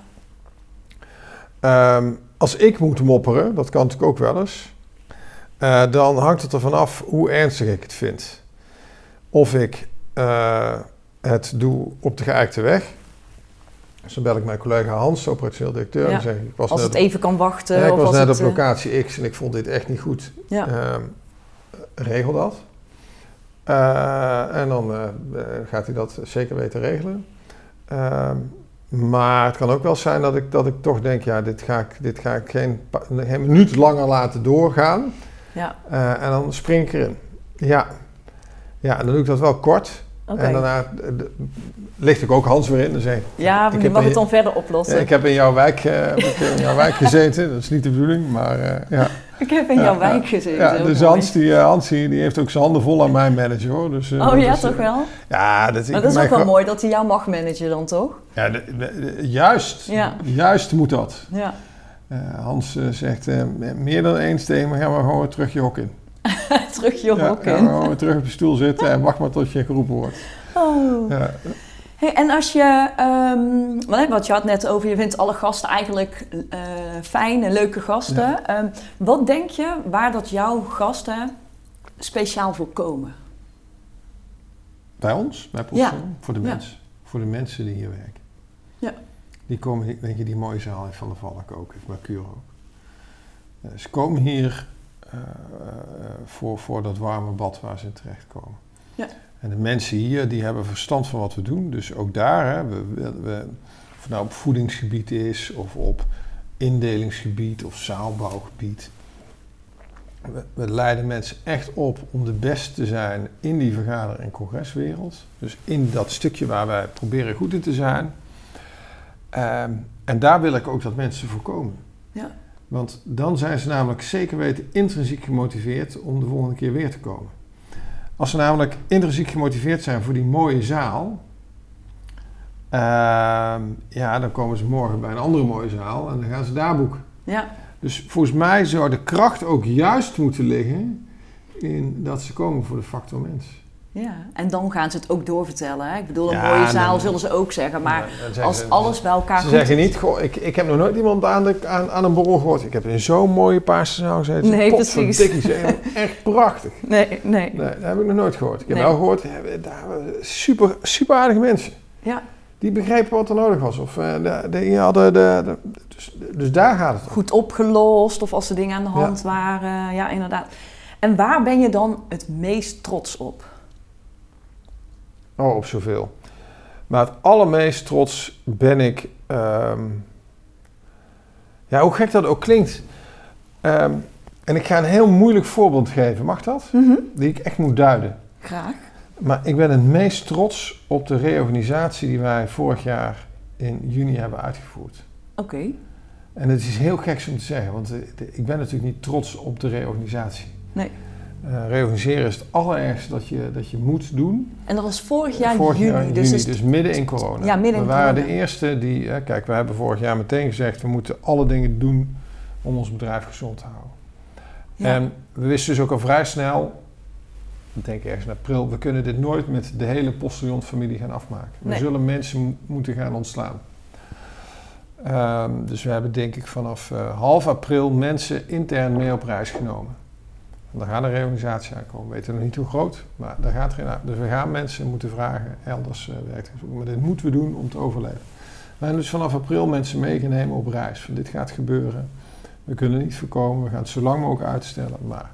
[SPEAKER 1] Als ik moet mopperen, dat kan natuurlijk ook wel eens, dan hangt het ervan af hoe ernstig ik het vind. Of ik het doe op de geëikte weg. Dus dan bel ik mijn collega Hans, operationeel directeur. En zeg ik,
[SPEAKER 2] als het even kan wachten.
[SPEAKER 1] Ik was net op locatie X en ik vond dit echt niet goed.
[SPEAKER 2] Ja.
[SPEAKER 1] Regel dat. En dan gaat hij dat zeker weten regelen. Maar het kan ook wel zijn dat ik toch denk, ja, dit ga ik geen minuut langer laten doorgaan.
[SPEAKER 2] Ja.
[SPEAKER 1] En dan spring ik erin. Ja, en dan doe ik dat wel kort.
[SPEAKER 2] Okay.
[SPEAKER 1] En daarna licht ik ook Hans weer in. Dan zeg
[SPEAKER 2] maar je mag het dan verder oplossen.
[SPEAKER 1] Ik heb in jouw wijk, gezeten. Dat is niet de bedoeling, maar ja.
[SPEAKER 2] Ik heb in jouw wijk gezeten.
[SPEAKER 1] Ja, dus Hans die heeft ook zijn handen vol aan mijn manager, hoor. Dus,
[SPEAKER 2] toch wel?
[SPEAKER 1] Ja,
[SPEAKER 2] maar dat is ook wel mooi dat hij jou mag managen dan, toch?
[SPEAKER 1] Ja, juist moet dat.
[SPEAKER 2] Ja.
[SPEAKER 1] Hans zegt, meer dan eens tegen me, ga maar gewoon terug je hok in.
[SPEAKER 2] Terug je hok in?
[SPEAKER 1] Ga maar gewoon terug op je stoel zitten en wacht maar tot je geroepen wordt.
[SPEAKER 2] Oh. Ja. Hey, en als je, wat je had net over, je vindt alle gasten eigenlijk fijn en leuke gasten. Ja. Wat denk je waar dat jouw gasten speciaal voor komen?
[SPEAKER 1] Bij ons? Bij Postillon? Voor de mensen. Voor de mensen die hier werken. Ja. Die komen, weet je, die mooie zaal heeft Van der Valk ook, heeft Mercure ook. Ze komen hier voor dat warme bad waar ze in terechtkomen. Ja. En de mensen hier, die hebben verstand van wat we doen. Dus ook daar, hè, of het nou op voedingsgebied is, of op indelingsgebied, of zaalbouwgebied. We leiden mensen echt op om de beste te zijn in die vergader- en congreswereld. Dus in dat stukje waar wij proberen goed in te zijn. En daar wil ik ook dat mensen voor komen. Ja. Want dan zijn ze namelijk zeker weten intrinsiek gemotiveerd om de volgende keer weer te komen. Als ze namelijk intrinsiek gemotiveerd zijn voor die mooie zaal, dan komen ze morgen bij een andere mooie zaal en dan gaan ze daar boeken. Ja. Dus volgens mij zou de kracht ook juist moeten liggen in dat ze komen voor de factor mens. Ja,
[SPEAKER 2] en dan gaan ze het ook doorvertellen. Hè? Ik bedoel, een mooie zaal zullen ze ook zeggen, maar als alles bij elkaar
[SPEAKER 1] goed is. Ze zeggen niet, goh, ik heb nog nooit iemand aan een borrel gehoord. Ik heb in zo'n mooie paarse zaal gezeten.
[SPEAKER 2] Nee, precies.
[SPEAKER 1] Echt prachtig.
[SPEAKER 2] Nee, dat
[SPEAKER 1] heb ik nog nooit gehoord. Ik heb wel gehoord, super, super aardige mensen. Ja. Die begrepen wat er nodig was. Of die hadden dus daar gaat het om.
[SPEAKER 2] Goed opgelost, of als er dingen aan de hand waren. Ja, inderdaad. En waar ben je dan het meest trots op?
[SPEAKER 1] Oh, op zoveel. Maar het allermeest trots ben ik... hoe gek dat ook klinkt. En ik ga een heel moeilijk voorbeeld geven. Mag dat? Mm-hmm. Die ik echt moet duiden.
[SPEAKER 2] Graag.
[SPEAKER 1] Maar ik ben het meest trots op de reorganisatie die wij vorig jaar in juni hebben uitgevoerd.
[SPEAKER 2] Oké.
[SPEAKER 1] En het is heel gek om te zeggen, want ik ben natuurlijk niet trots op de reorganisatie.
[SPEAKER 2] Nee.
[SPEAKER 1] Reorganiseren is het allerergste dat je moet doen.
[SPEAKER 2] En dat was vorig jaar juni.
[SPEAKER 1] Dus midden in corona.
[SPEAKER 2] Ja, midden in corona.
[SPEAKER 1] We waren de eerste die... Kijk, we hebben vorig jaar meteen gezegd, we moeten alle dingen doen om ons bedrijf gezond te houden. Ja. En we wisten dus ook al vrij snel, ik denk ergens in april, we kunnen dit nooit met de hele Postillon-familie gaan afmaken. We zullen mensen moeten gaan ontslaan. Dus we hebben denk ik vanaf half april mensen intern mee op reis genomen. Dan gaat een reorganisatie aankomen. We weten nog niet hoe groot, maar daar gaat er in. Dus we gaan mensen moeten vragen elders werk te zoeken. Maar dit moeten we doen om te overleven. We hebben dus vanaf april mensen meegenomen op reis. Van dit gaat gebeuren. We kunnen niet voorkomen. We gaan het zo lang mogelijk uitstellen. Maar.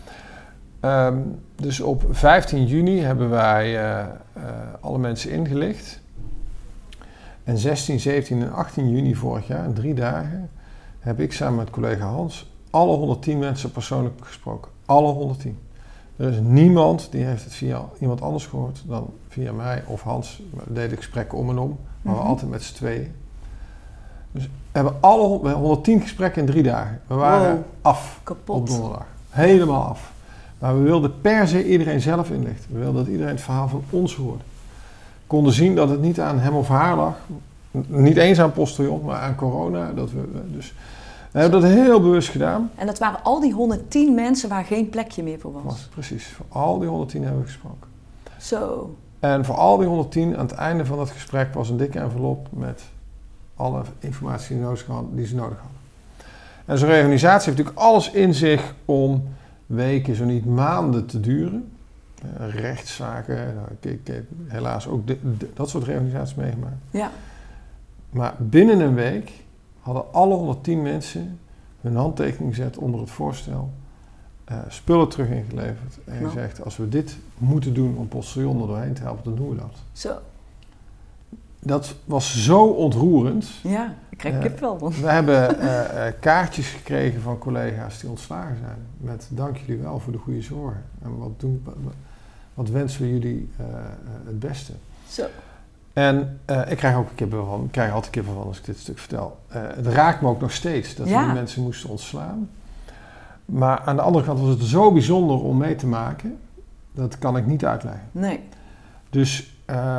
[SPEAKER 1] Dus op 15 juni hebben wij alle mensen ingelicht. En 16, 17 en 18 juni vorig jaar, in 3 dagen, heb ik samen met collega Hans alle 110 mensen persoonlijk gesproken. Alle 110. Er is niemand die heeft het via iemand anders gehoord dan via mij of Hans. We deden gesprekken om en om, maar we altijd met z'n tweeën. Dus we hebben 110 gesprekken in 3 dagen. We waren af
[SPEAKER 2] kapot.
[SPEAKER 1] Op donderdag. Helemaal af. Maar we wilden per se iedereen zelf inlichten. We wilden dat iedereen het verhaal van ons hoorde. We konden zien dat het niet aan hem of haar lag. Niet eens aan Postillon, maar aan corona. We hebben dat heel bewust gedaan.
[SPEAKER 2] En dat waren al die 110 mensen waar geen plekje meer voor was.
[SPEAKER 1] Precies. Voor al die 110 hebben we gesproken.
[SPEAKER 2] Zo.
[SPEAKER 1] En voor al die 110, aan het einde van dat gesprek, was een dikke envelop met alle informatie die ze nodig hadden. En zo'n reorganisatie heeft natuurlijk alles in zich om weken, zo niet maanden te duren. Rechtszaken, ik heb helaas ook dat soort reorganisaties meegemaakt.
[SPEAKER 2] Ja.
[SPEAKER 1] Maar binnen een week hadden alle 110 mensen hun handtekening gezet onder het voorstel, spullen terug ingeleverd en gezegd, als we dit moeten doen om Postillon er doorheen te helpen, dan doen we dat.
[SPEAKER 2] Zo.
[SPEAKER 1] Dat was zo ontroerend.
[SPEAKER 2] Ja, ik krijg kipvel van.
[SPEAKER 1] We hebben kaartjes gekregen van collega's die ontslagen zijn. Met dank jullie wel voor de goede zorg. En wat wensen we jullie het beste.
[SPEAKER 2] Zo.
[SPEAKER 1] En ik krijg ook kipvel van. Ik krijg altijd kipvel van als ik dit stuk vertel. Het raakt me ook nog steeds dat we die mensen moesten ontslaan. Maar aan de andere kant was het zo bijzonder om mee te maken. Dat kan ik niet uitleggen.
[SPEAKER 2] Nee.
[SPEAKER 1] Dus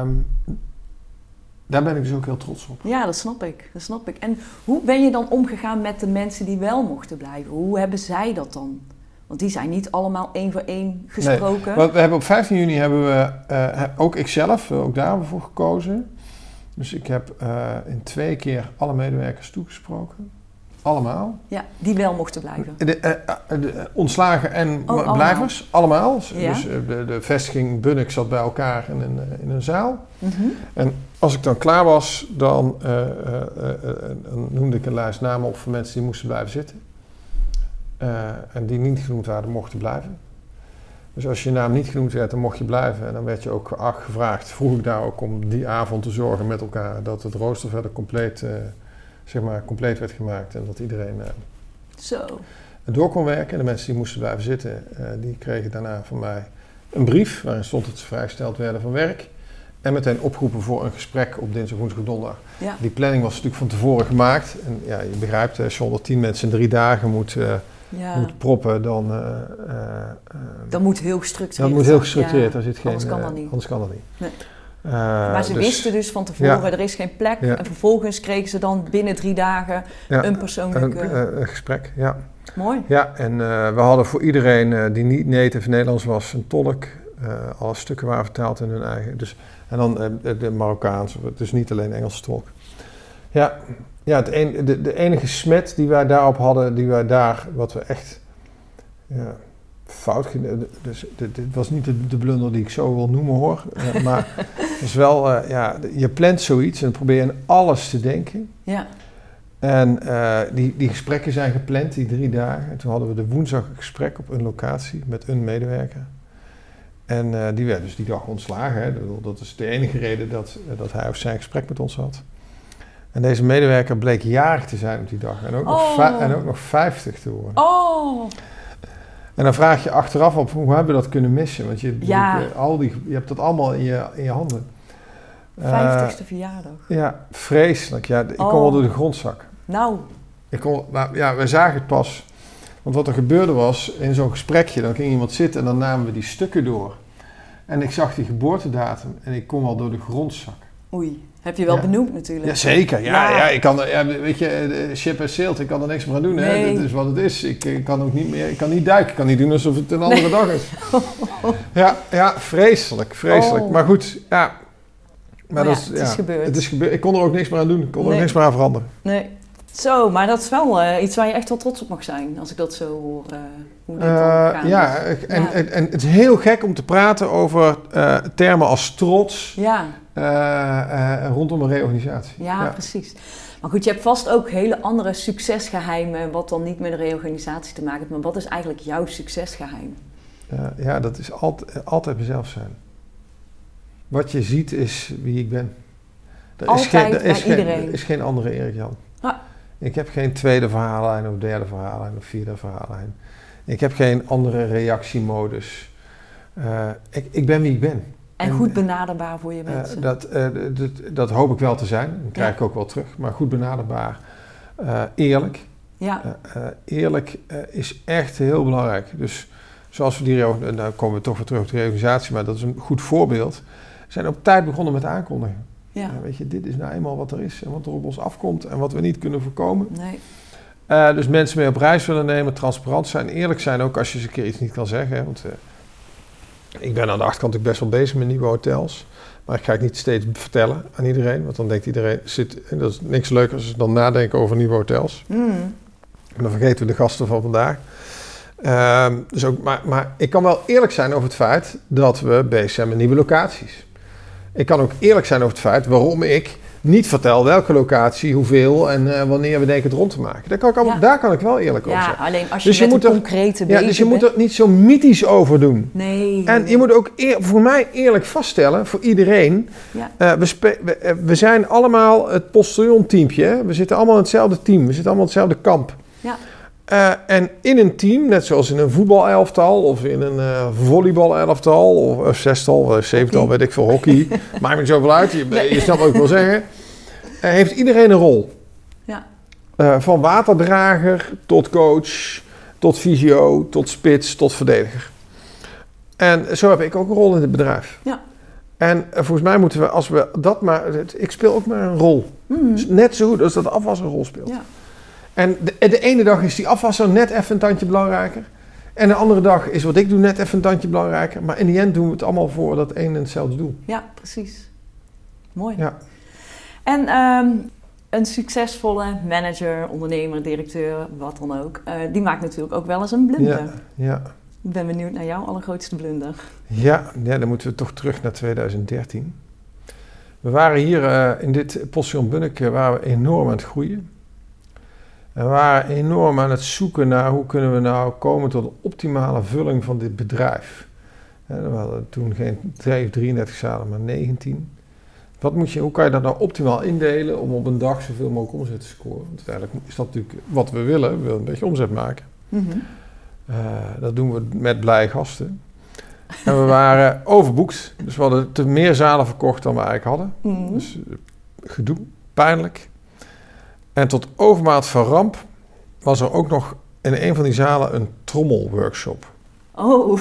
[SPEAKER 1] daar ben ik dus ook heel trots op.
[SPEAKER 2] Ja, dat snap ik. En hoe ben je dan omgegaan met de mensen die wel mochten blijven? Hoe hebben zij dat dan? Want die zijn niet allemaal 1 voor 1 gesproken.
[SPEAKER 1] Nee, we hebben op 15 juni hebben we, ook ikzelf, ook daar hebben we voor gekozen. Dus ik heb in 2 keer alle medewerkers toegesproken. Allemaal.
[SPEAKER 2] Ja, die wel mochten blijven.
[SPEAKER 1] De ontslagen en blijvers, allemaal. Ja. Dus de vestiging Bunnik zat bij elkaar in een zaal. Mm-hmm. En als ik dan klaar was, dan noemde ik een lijst namen op van mensen die moesten blijven zitten. En die niet genoemd waren, mochten blijven. Dus als je naam niet genoemd werd, dan mocht je blijven. En dan werd je ook gevraagd, vroeg ik daar ook om die avond te zorgen met elkaar, dat het rooster verder compleet werd gemaakt en dat iedereen door kon werken. En de mensen die moesten blijven zitten, die kregen daarna van mij een brief waarin stond dat ze vrijgesteld werden van werk. En meteen opgeroepen voor een gesprek op dinsdag, woensdag of donderdag. Ja. Die planning was natuurlijk van tevoren gemaakt. En ja, je begrijpt, als je 110 mensen in 3 dagen moet proppen, dan
[SPEAKER 2] moet heel gestructureerd.
[SPEAKER 1] Dat moet heel gestructureerd. Daar zit geen,
[SPEAKER 2] anders kan dat niet. Nee.
[SPEAKER 1] Maar
[SPEAKER 2] ze wisten dus van tevoren, er is geen plek. Ja. En vervolgens kregen ze dan binnen 3 dagen een persoonlijk
[SPEAKER 1] een gesprek. Ja.
[SPEAKER 2] Mooi.
[SPEAKER 1] Ja, en we hadden voor iedereen die niet native Nederlands was, een tolk. Alle stukken waren vertaald in hun eigen. Dus, en dan de Marokkaanse, dus niet alleen Engelse tolk. Ja, de enige smet die wij daarop hadden, wat we echt fout gedaan. Dus dit was niet de blunder die ik zo wil noemen hoor. Maar het is wel, je plant zoiets en probeer je aan alles te denken. Ja. En die gesprekken zijn gepland, die 3 dagen. En toen hadden we de woensdag een gesprek op een locatie met een medewerker. En die werd dus die dag ontslagen. Hè. Dat is de enige reden dat hij of zij een gesprek met ons had. En deze medewerker bleek jarig te zijn op die dag. En ook nog 50 te worden. Oh. En dan vraag je achteraf op, hoe hebben we dat kunnen missen? Want je hebt dat allemaal in je handen.
[SPEAKER 2] 50ste verjaardag.
[SPEAKER 1] Ja, vreselijk. Ja, ik kon wel door de grondzak.
[SPEAKER 2] Nou.
[SPEAKER 1] We zagen het pas. Want wat er gebeurde was, in zo'n gesprekje, dan ging iemand zitten en dan namen we die stukken door. En ik zag die geboortedatum en ik kon wel door de grondzak.
[SPEAKER 2] Oei, heb je wel benoemd natuurlijk.
[SPEAKER 1] Jazeker, ja. Ik kan, weet je, ship has sailed, ik kan er niks meer aan doen. Nee. Hè? Dit is wat het is. Ik kan ook niet meer, ik kan niet duiken, ik kan niet doen alsof het een andere dag is. Ja, vreselijk. Maar goed, ja. Maar
[SPEAKER 2] het is gebeurd.
[SPEAKER 1] Het is gebeurd. Ik kon er ook niks meer aan doen, ik kon er ook niks meer aan veranderen.
[SPEAKER 2] Nee. Zo, maar dat is wel iets waar je echt wel trots op mag zijn, als ik dat zo hoor, hoe dit dan gaat.
[SPEAKER 1] En het is heel gek om te praten over termen als trots rondom een reorganisatie.
[SPEAKER 2] Ja, precies. Maar goed, je hebt vast ook hele andere succesgeheimen, wat dan niet met een reorganisatie te maken heeft. Maar wat is eigenlijk jouw succesgeheim?
[SPEAKER 1] Dat is altijd mezelf zijn. Wat je ziet is wie ik ben.
[SPEAKER 2] Er
[SPEAKER 1] is geen andere Erik Jan. Ah. Ik heb geen 2e verhaallijn of 3e verhaallijn of 4e verhaallijn. Ik heb geen andere reactiemodus. Ik ben wie ik ben.
[SPEAKER 2] En goed benaderbaar voor je mensen.
[SPEAKER 1] Dat hoop ik wel te zijn. Dat krijg ik ook wel terug. Maar goed benaderbaar. Eerlijk.
[SPEAKER 2] Ja.
[SPEAKER 1] Eerlijk is echt heel belangrijk. Dus zoals we dan komen we toch weer terug op de reorganisatie, maar dat is een goed voorbeeld. We zijn op tijd begonnen met aankondigen.
[SPEAKER 2] Ja.
[SPEAKER 1] Weet je, dit is nou eenmaal wat er is en wat er op ons afkomt en wat we niet kunnen voorkomen.
[SPEAKER 2] Nee.
[SPEAKER 1] Dus mensen mee op reis willen nemen, transparant zijn, eerlijk zijn ook als je eens een keer iets niet kan zeggen. Hè, want ik ben aan de achterkant ook best wel bezig met nieuwe hotels. Maar ik ga het niet steeds vertellen aan iedereen, want dan denkt iedereen, dat is niks leukers dan nadenken over nieuwe hotels. En dan vergeten we de gasten van vandaag. Dus ook, maar ik kan wel eerlijk zijn over het feit dat we bezig zijn met nieuwe locaties. Ik kan ook eerlijk zijn over het feit waarom ik niet vertel welke locatie, hoeveel en wanneer we denken het rond te maken. Daar kan ik wel eerlijk over zijn.
[SPEAKER 2] Ja, alleen als je met een concrete bezig
[SPEAKER 1] dus je moet er niet zo mythisch over doen.
[SPEAKER 2] Nee.
[SPEAKER 1] En je moet ook voor mij eerlijk vaststellen, voor iedereen, we zijn allemaal het postillon-teamje. We zitten allemaal in hetzelfde team, we zitten allemaal in hetzelfde kamp.
[SPEAKER 2] Ja.
[SPEAKER 1] En in een team, net zoals in een voetbalelftal of in een volleybalelftal of zestal, zevental, weet ik veel, hockey. Maakt me niet zoveel uit, je snapt wat ik wil zeggen. Heeft iedereen een rol.
[SPEAKER 2] Ja.
[SPEAKER 1] Van waterdrager tot coach, tot fysio, tot spits, tot verdediger. En zo heb ik ook een rol in het bedrijf.
[SPEAKER 2] Ja.
[SPEAKER 1] En volgens mij moeten we, als we dat maar... Ik speel ook maar een rol. Dus net zo goed als dat de afwas een rol speelt.
[SPEAKER 2] Ja.
[SPEAKER 1] En de ene dag is die afwasser net even een tandje belangrijker. En de andere dag is wat ik doe net even een tandje belangrijker. Maar in die end doen we het allemaal voor dat één en hetzelfde doel.
[SPEAKER 2] Ja, precies. Mooi.
[SPEAKER 1] Ja.
[SPEAKER 2] En een succesvolle manager, ondernemer, directeur, wat dan ook, die maakt natuurlijk ook wel eens een blunder.
[SPEAKER 1] Ja.
[SPEAKER 2] Ik ben benieuwd naar jouw allergrootste blunder.
[SPEAKER 1] Ja, dan moeten we toch terug naar 2013. We waren hier in dit Postillon Bunnik enorm aan het groeien. En we waren enorm aan het zoeken naar hoe kunnen we nou komen tot een optimale vulling van dit bedrijf. We hadden toen geen 33 zalen, maar 19. Hoe kan je dat nou optimaal indelen om op een dag zoveel mogelijk omzet te scoren? Want uiteindelijk is dat natuurlijk wat we willen. We willen een beetje omzet maken. Mm-hmm. Dat doen we met blije gasten. En we waren overboekt. Dus we hadden te meer zalen verkocht dan we eigenlijk hadden. Mm-hmm. Dus gedoe, pijnlijk. En tot overmaat van ramp was er ook nog in een van die zalen een trommelworkshop.
[SPEAKER 2] Oh.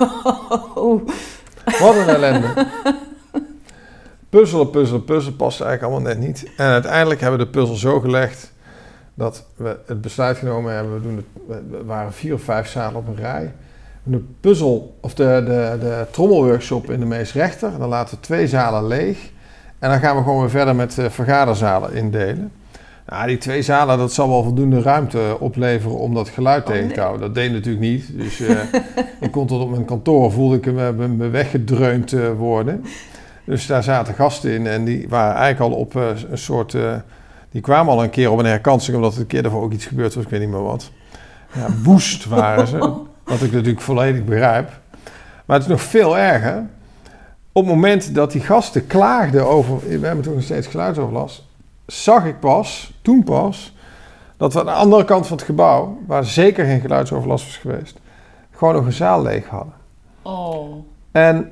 [SPEAKER 1] Wat een ellende. Puzzelen paste eigenlijk allemaal net niet. En uiteindelijk hebben we de puzzel zo gelegd dat we het besluit genomen hebben. We waren 4 of 5 zalen op een rij. De puzzel of de trommelworkshop in de meest rechter. Dan laten we 2 zalen leeg. En dan gaan we gewoon weer verder met vergaderzalen indelen. Nou, die 2 zalen, dat zal wel voldoende ruimte opleveren om dat geluid tegen te houden. Dat deed natuurlijk niet. Dus ik kon tot op mijn kantoor, voelde ik me weggedreund worden. Dus daar zaten gasten in en die waren eigenlijk al op een soort... die kwamen al een keer op een herkansing, omdat er een keer daarvoor ook iets gebeurd was, ik weet niet meer wat. Ja, woest waren ze, wat ik natuurlijk volledig begrijp. Maar het is nog veel erger. Op het moment dat die gasten klaagden over... We hebben toen nog steeds geluidsoverlast. Zag ik toen pas, dat we aan de andere kant van het gebouw, waar zeker geen geluidsoverlast was geweest, gewoon nog een zaal leeg hadden.
[SPEAKER 2] Oh.
[SPEAKER 1] En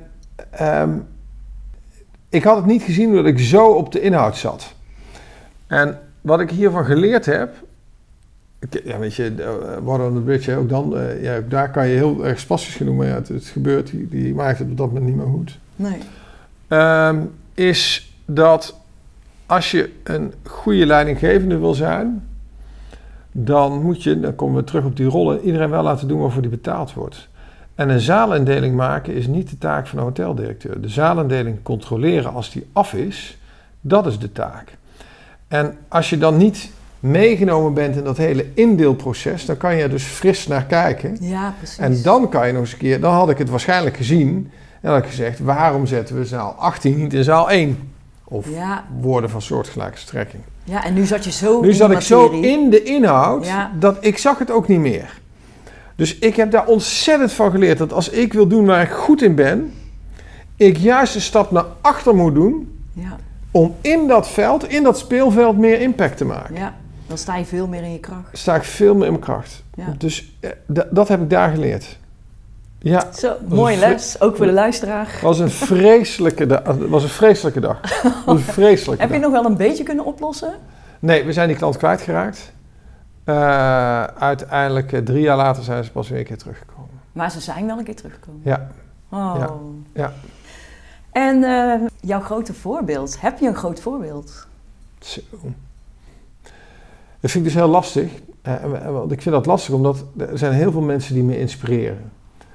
[SPEAKER 1] ik had het niet gezien omdat ik zo op de inhoud zat. En wat ik hiervan geleerd heb, weet je, Water on the Bridge, ook dan, daar kan je heel erg spastisch gaan doen, maar het gebeurt, die maakt het op dat moment niet meer goed.
[SPEAKER 2] Nee.
[SPEAKER 1] Is dat als je een goede leidinggevende wil zijn, dan komen we terug op die rollen, iedereen wel laten doen waarvoor die betaald wordt. En een zaalindeling maken is niet de taak van een hoteldirecteur. De zaalindeling controleren als die af is, dat is de taak. En als je dan niet meegenomen bent in dat hele indeelproces, dan kan je er dus fris naar kijken.
[SPEAKER 2] Ja, precies.
[SPEAKER 1] En dan kan je nog eens een keer, dan had ik het waarschijnlijk gezien en had ik gezegd, waarom zetten we zaal 18 niet in zaal 1? Of woorden van soortgelijke strekking.
[SPEAKER 2] Ja, en nu zat je zo
[SPEAKER 1] Nu zat ik zo in de inhoud, dat ik zag het ook niet meer. Dus ik heb daar ontzettend van geleerd dat als ik wil doen waar ik goed in ben, ik juist een stap naar achter moet doen om in dat veld, in dat speelveld meer impact te maken.
[SPEAKER 2] Ja, dan sta je veel meer in je kracht.
[SPEAKER 1] Sta ik veel meer in mijn kracht. Ja. Dus dat heb ik daar geleerd. Ja.
[SPEAKER 2] Zo, mooie les. Ook voor de luisteraar.
[SPEAKER 1] Het was een vreselijke dag.
[SPEAKER 2] Heb je nog wel een beetje kunnen oplossen?
[SPEAKER 1] Nee, we zijn die klant kwijtgeraakt. Uiteindelijk 3 jaar later zijn ze pas weer een keer teruggekomen.
[SPEAKER 2] Maar ze zijn wel een keer teruggekomen?
[SPEAKER 1] Ja.
[SPEAKER 2] Oh.
[SPEAKER 1] Ja.
[SPEAKER 2] En jouw grote voorbeeld? Heb je een groot voorbeeld?
[SPEAKER 1] Zo. Dat vind ik dus heel lastig. Want ik vind dat lastig omdat er zijn heel veel mensen die me inspireren.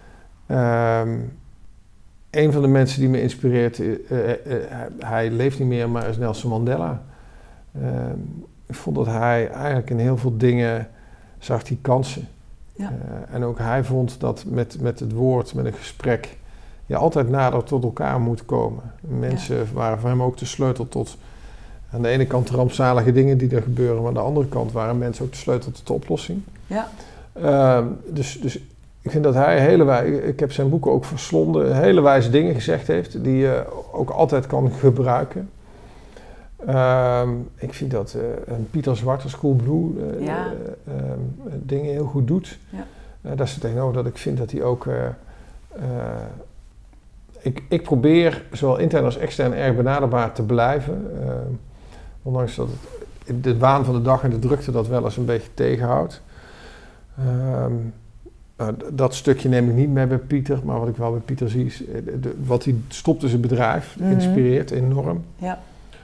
[SPEAKER 1] Een van de mensen die me inspireert, hij leeft niet meer, maar is Nelson Mandela. Ik vond dat hij eigenlijk in heel veel dingen zag die kansen. Ja. En ook hij vond dat met het woord, met een gesprek, je altijd nader tot elkaar moet komen. Mensen waren voor hem ook de sleutel tot, aan de ene kant de rampzalige dingen die er gebeuren, maar aan de andere kant waren mensen ook de sleutel tot de oplossing. Ja. Dus ik vind dat hij ik heb zijn boeken ook verslonden, hele wijze dingen gezegd heeft, die je ook altijd kan gebruiken. Ik vind dat Pieter Zwart, Coolblue, dingen heel goed doet. Ja. Daar is het tegenover dat ik vind dat hij ook... Ik probeer zowel intern als extern erg benaderbaar te blijven. Ondanks dat de waan van de dag en de drukte dat wel eens een beetje tegenhoudt. Dat stukje neem ik niet mee bij Pieter, maar wat ik wel bij Pieter zie is... wat hij stopt in zijn bedrijf, inspireert enorm. Ja.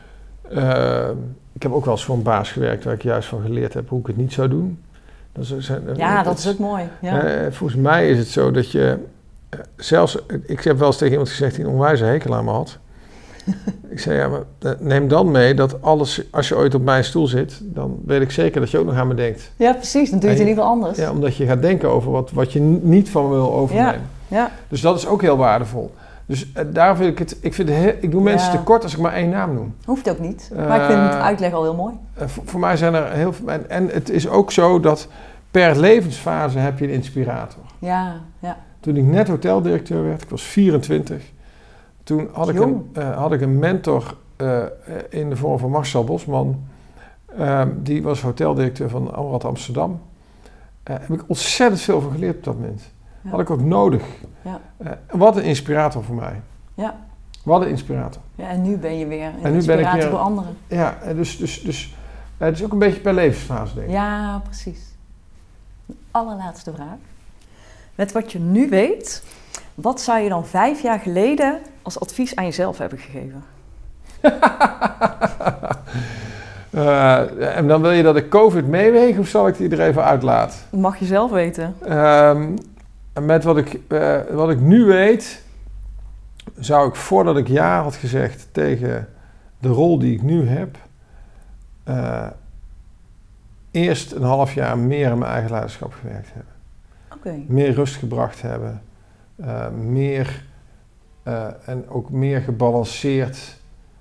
[SPEAKER 1] Ik heb ook wel eens voor een baas gewerkt waar ik juist van geleerd heb hoe ik het niet zou doen. Dat is ook mooi. Ja. Volgens mij is het zo dat je zelfs... Ik heb wel eens tegen iemand gezegd die een onwijze hekel aan me had. Ik zei, maar neem dan mee dat alles... Als je ooit op mijn stoel zit, dan weet ik zeker dat je ook nog aan me denkt.
[SPEAKER 2] Ja, precies. Dan doe je het in ieder geval anders.
[SPEAKER 1] Ja, omdat je gaat denken over wat je niet van me wil overnemen. Ja. Dus dat is ook heel waardevol. Dus daar vind ik doe mensen tekort als ik maar 1 naam noem.
[SPEAKER 2] Hoeft ook niet, maar ik vind het uitleg al heel mooi.
[SPEAKER 1] Voor mij zijn er heel veel... En het is ook zo dat per levensfase heb je een inspirator. Ja. Toen ik net hoteldirecteur werd, ik was 24... Toen had ik een mentor in de vorm van Marcel Bosman. Die was hoteldirecteur van Amrad Amsterdam. Heb ik ontzettend veel van geleerd op dat moment. Ja. Had ik ook nodig. Ja. Wat een inspirator voor mij. Ja. Wat een inspirator.
[SPEAKER 2] Ja, en nu ben je weer een inspirator voor anderen.
[SPEAKER 1] Ja, dus het is ook een beetje per levensfase, denk ik.
[SPEAKER 2] Ja, precies. De allerlaatste vraag. Met wat je nu weet, wat zou je dan 5 jaar geleden als advies aan jezelf hebben gegeven?
[SPEAKER 1] En dan wil je dat ik COVID meeweeg of zal ik die er even uitlaten?
[SPEAKER 2] Dat mag je zelf weten.
[SPEAKER 1] Met wat ik nu weet, zou ik voordat ik ja had gezegd tegen de rol die ik nu heb, eerst een half jaar meer in mijn eigen leiderschap gewerkt hebben. Okay. Meer rust gebracht hebben. En ook meer gebalanceerd,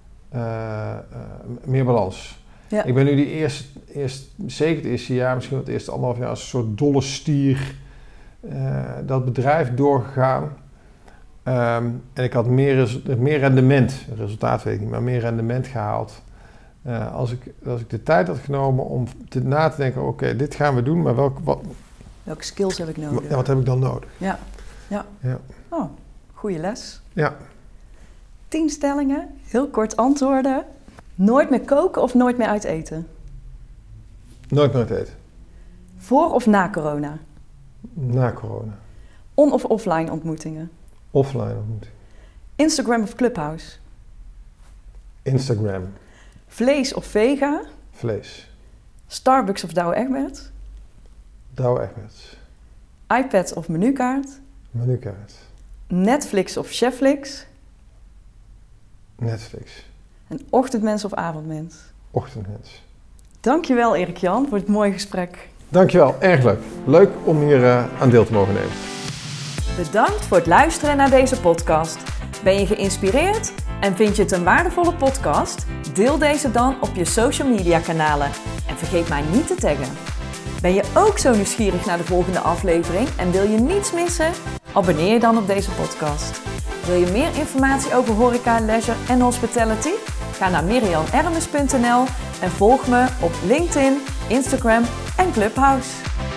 [SPEAKER 1] meer balans. Ja. Ik ben nu zeker het eerste jaar, misschien wel het eerste 1,5 jaar, als een soort dolle stier dat bedrijf doorgegaan. En ik had meer rendement, resultaat weet ik niet, maar meer rendement gehaald. Als ik de tijd had genomen om na te denken, oké, dit gaan we doen, maar
[SPEAKER 2] welke skills heb ik nodig?
[SPEAKER 1] Wat heb ik dan nodig?
[SPEAKER 2] Ja. Oh, goede les.
[SPEAKER 1] Ja.
[SPEAKER 2] 10 stellingen, heel kort antwoorden. Nooit meer koken of nooit meer uit eten?
[SPEAKER 1] Nooit meer uit eten.
[SPEAKER 2] Voor of na corona?
[SPEAKER 1] Na corona.
[SPEAKER 2] On- of offline ontmoetingen?
[SPEAKER 1] Offline ontmoetingen.
[SPEAKER 2] Instagram of Clubhouse?
[SPEAKER 1] Instagram.
[SPEAKER 2] Vlees of vega?
[SPEAKER 1] Vlees.
[SPEAKER 2] Starbucks of Douwe Egberts?
[SPEAKER 1] Douwe Egberts.
[SPEAKER 2] iPad of menukaart?
[SPEAKER 1] Menukaart.
[SPEAKER 2] Netflix of Cheflix?
[SPEAKER 1] Netflix.
[SPEAKER 2] En ochtendmens of avondmens?
[SPEAKER 1] Ochtendmens.
[SPEAKER 2] Dankjewel Erik-Jan voor het mooie gesprek.
[SPEAKER 1] Dankjewel, erg leuk. Leuk om hier aan deel te mogen nemen.
[SPEAKER 2] Bedankt voor het luisteren naar deze podcast. Ben je geïnspireerd en vind je het een waardevolle podcast? Deel deze dan op je social media kanalen. En vergeet mij niet te taggen. Ben je ook zo nieuwsgierig naar de volgende aflevering en wil je niets missen? Abonneer je dan op deze podcast. Wil je meer informatie over horeca, leisure en hospitality? Ga naar mirianermes.nl en volg me op LinkedIn, Instagram en Clubhouse.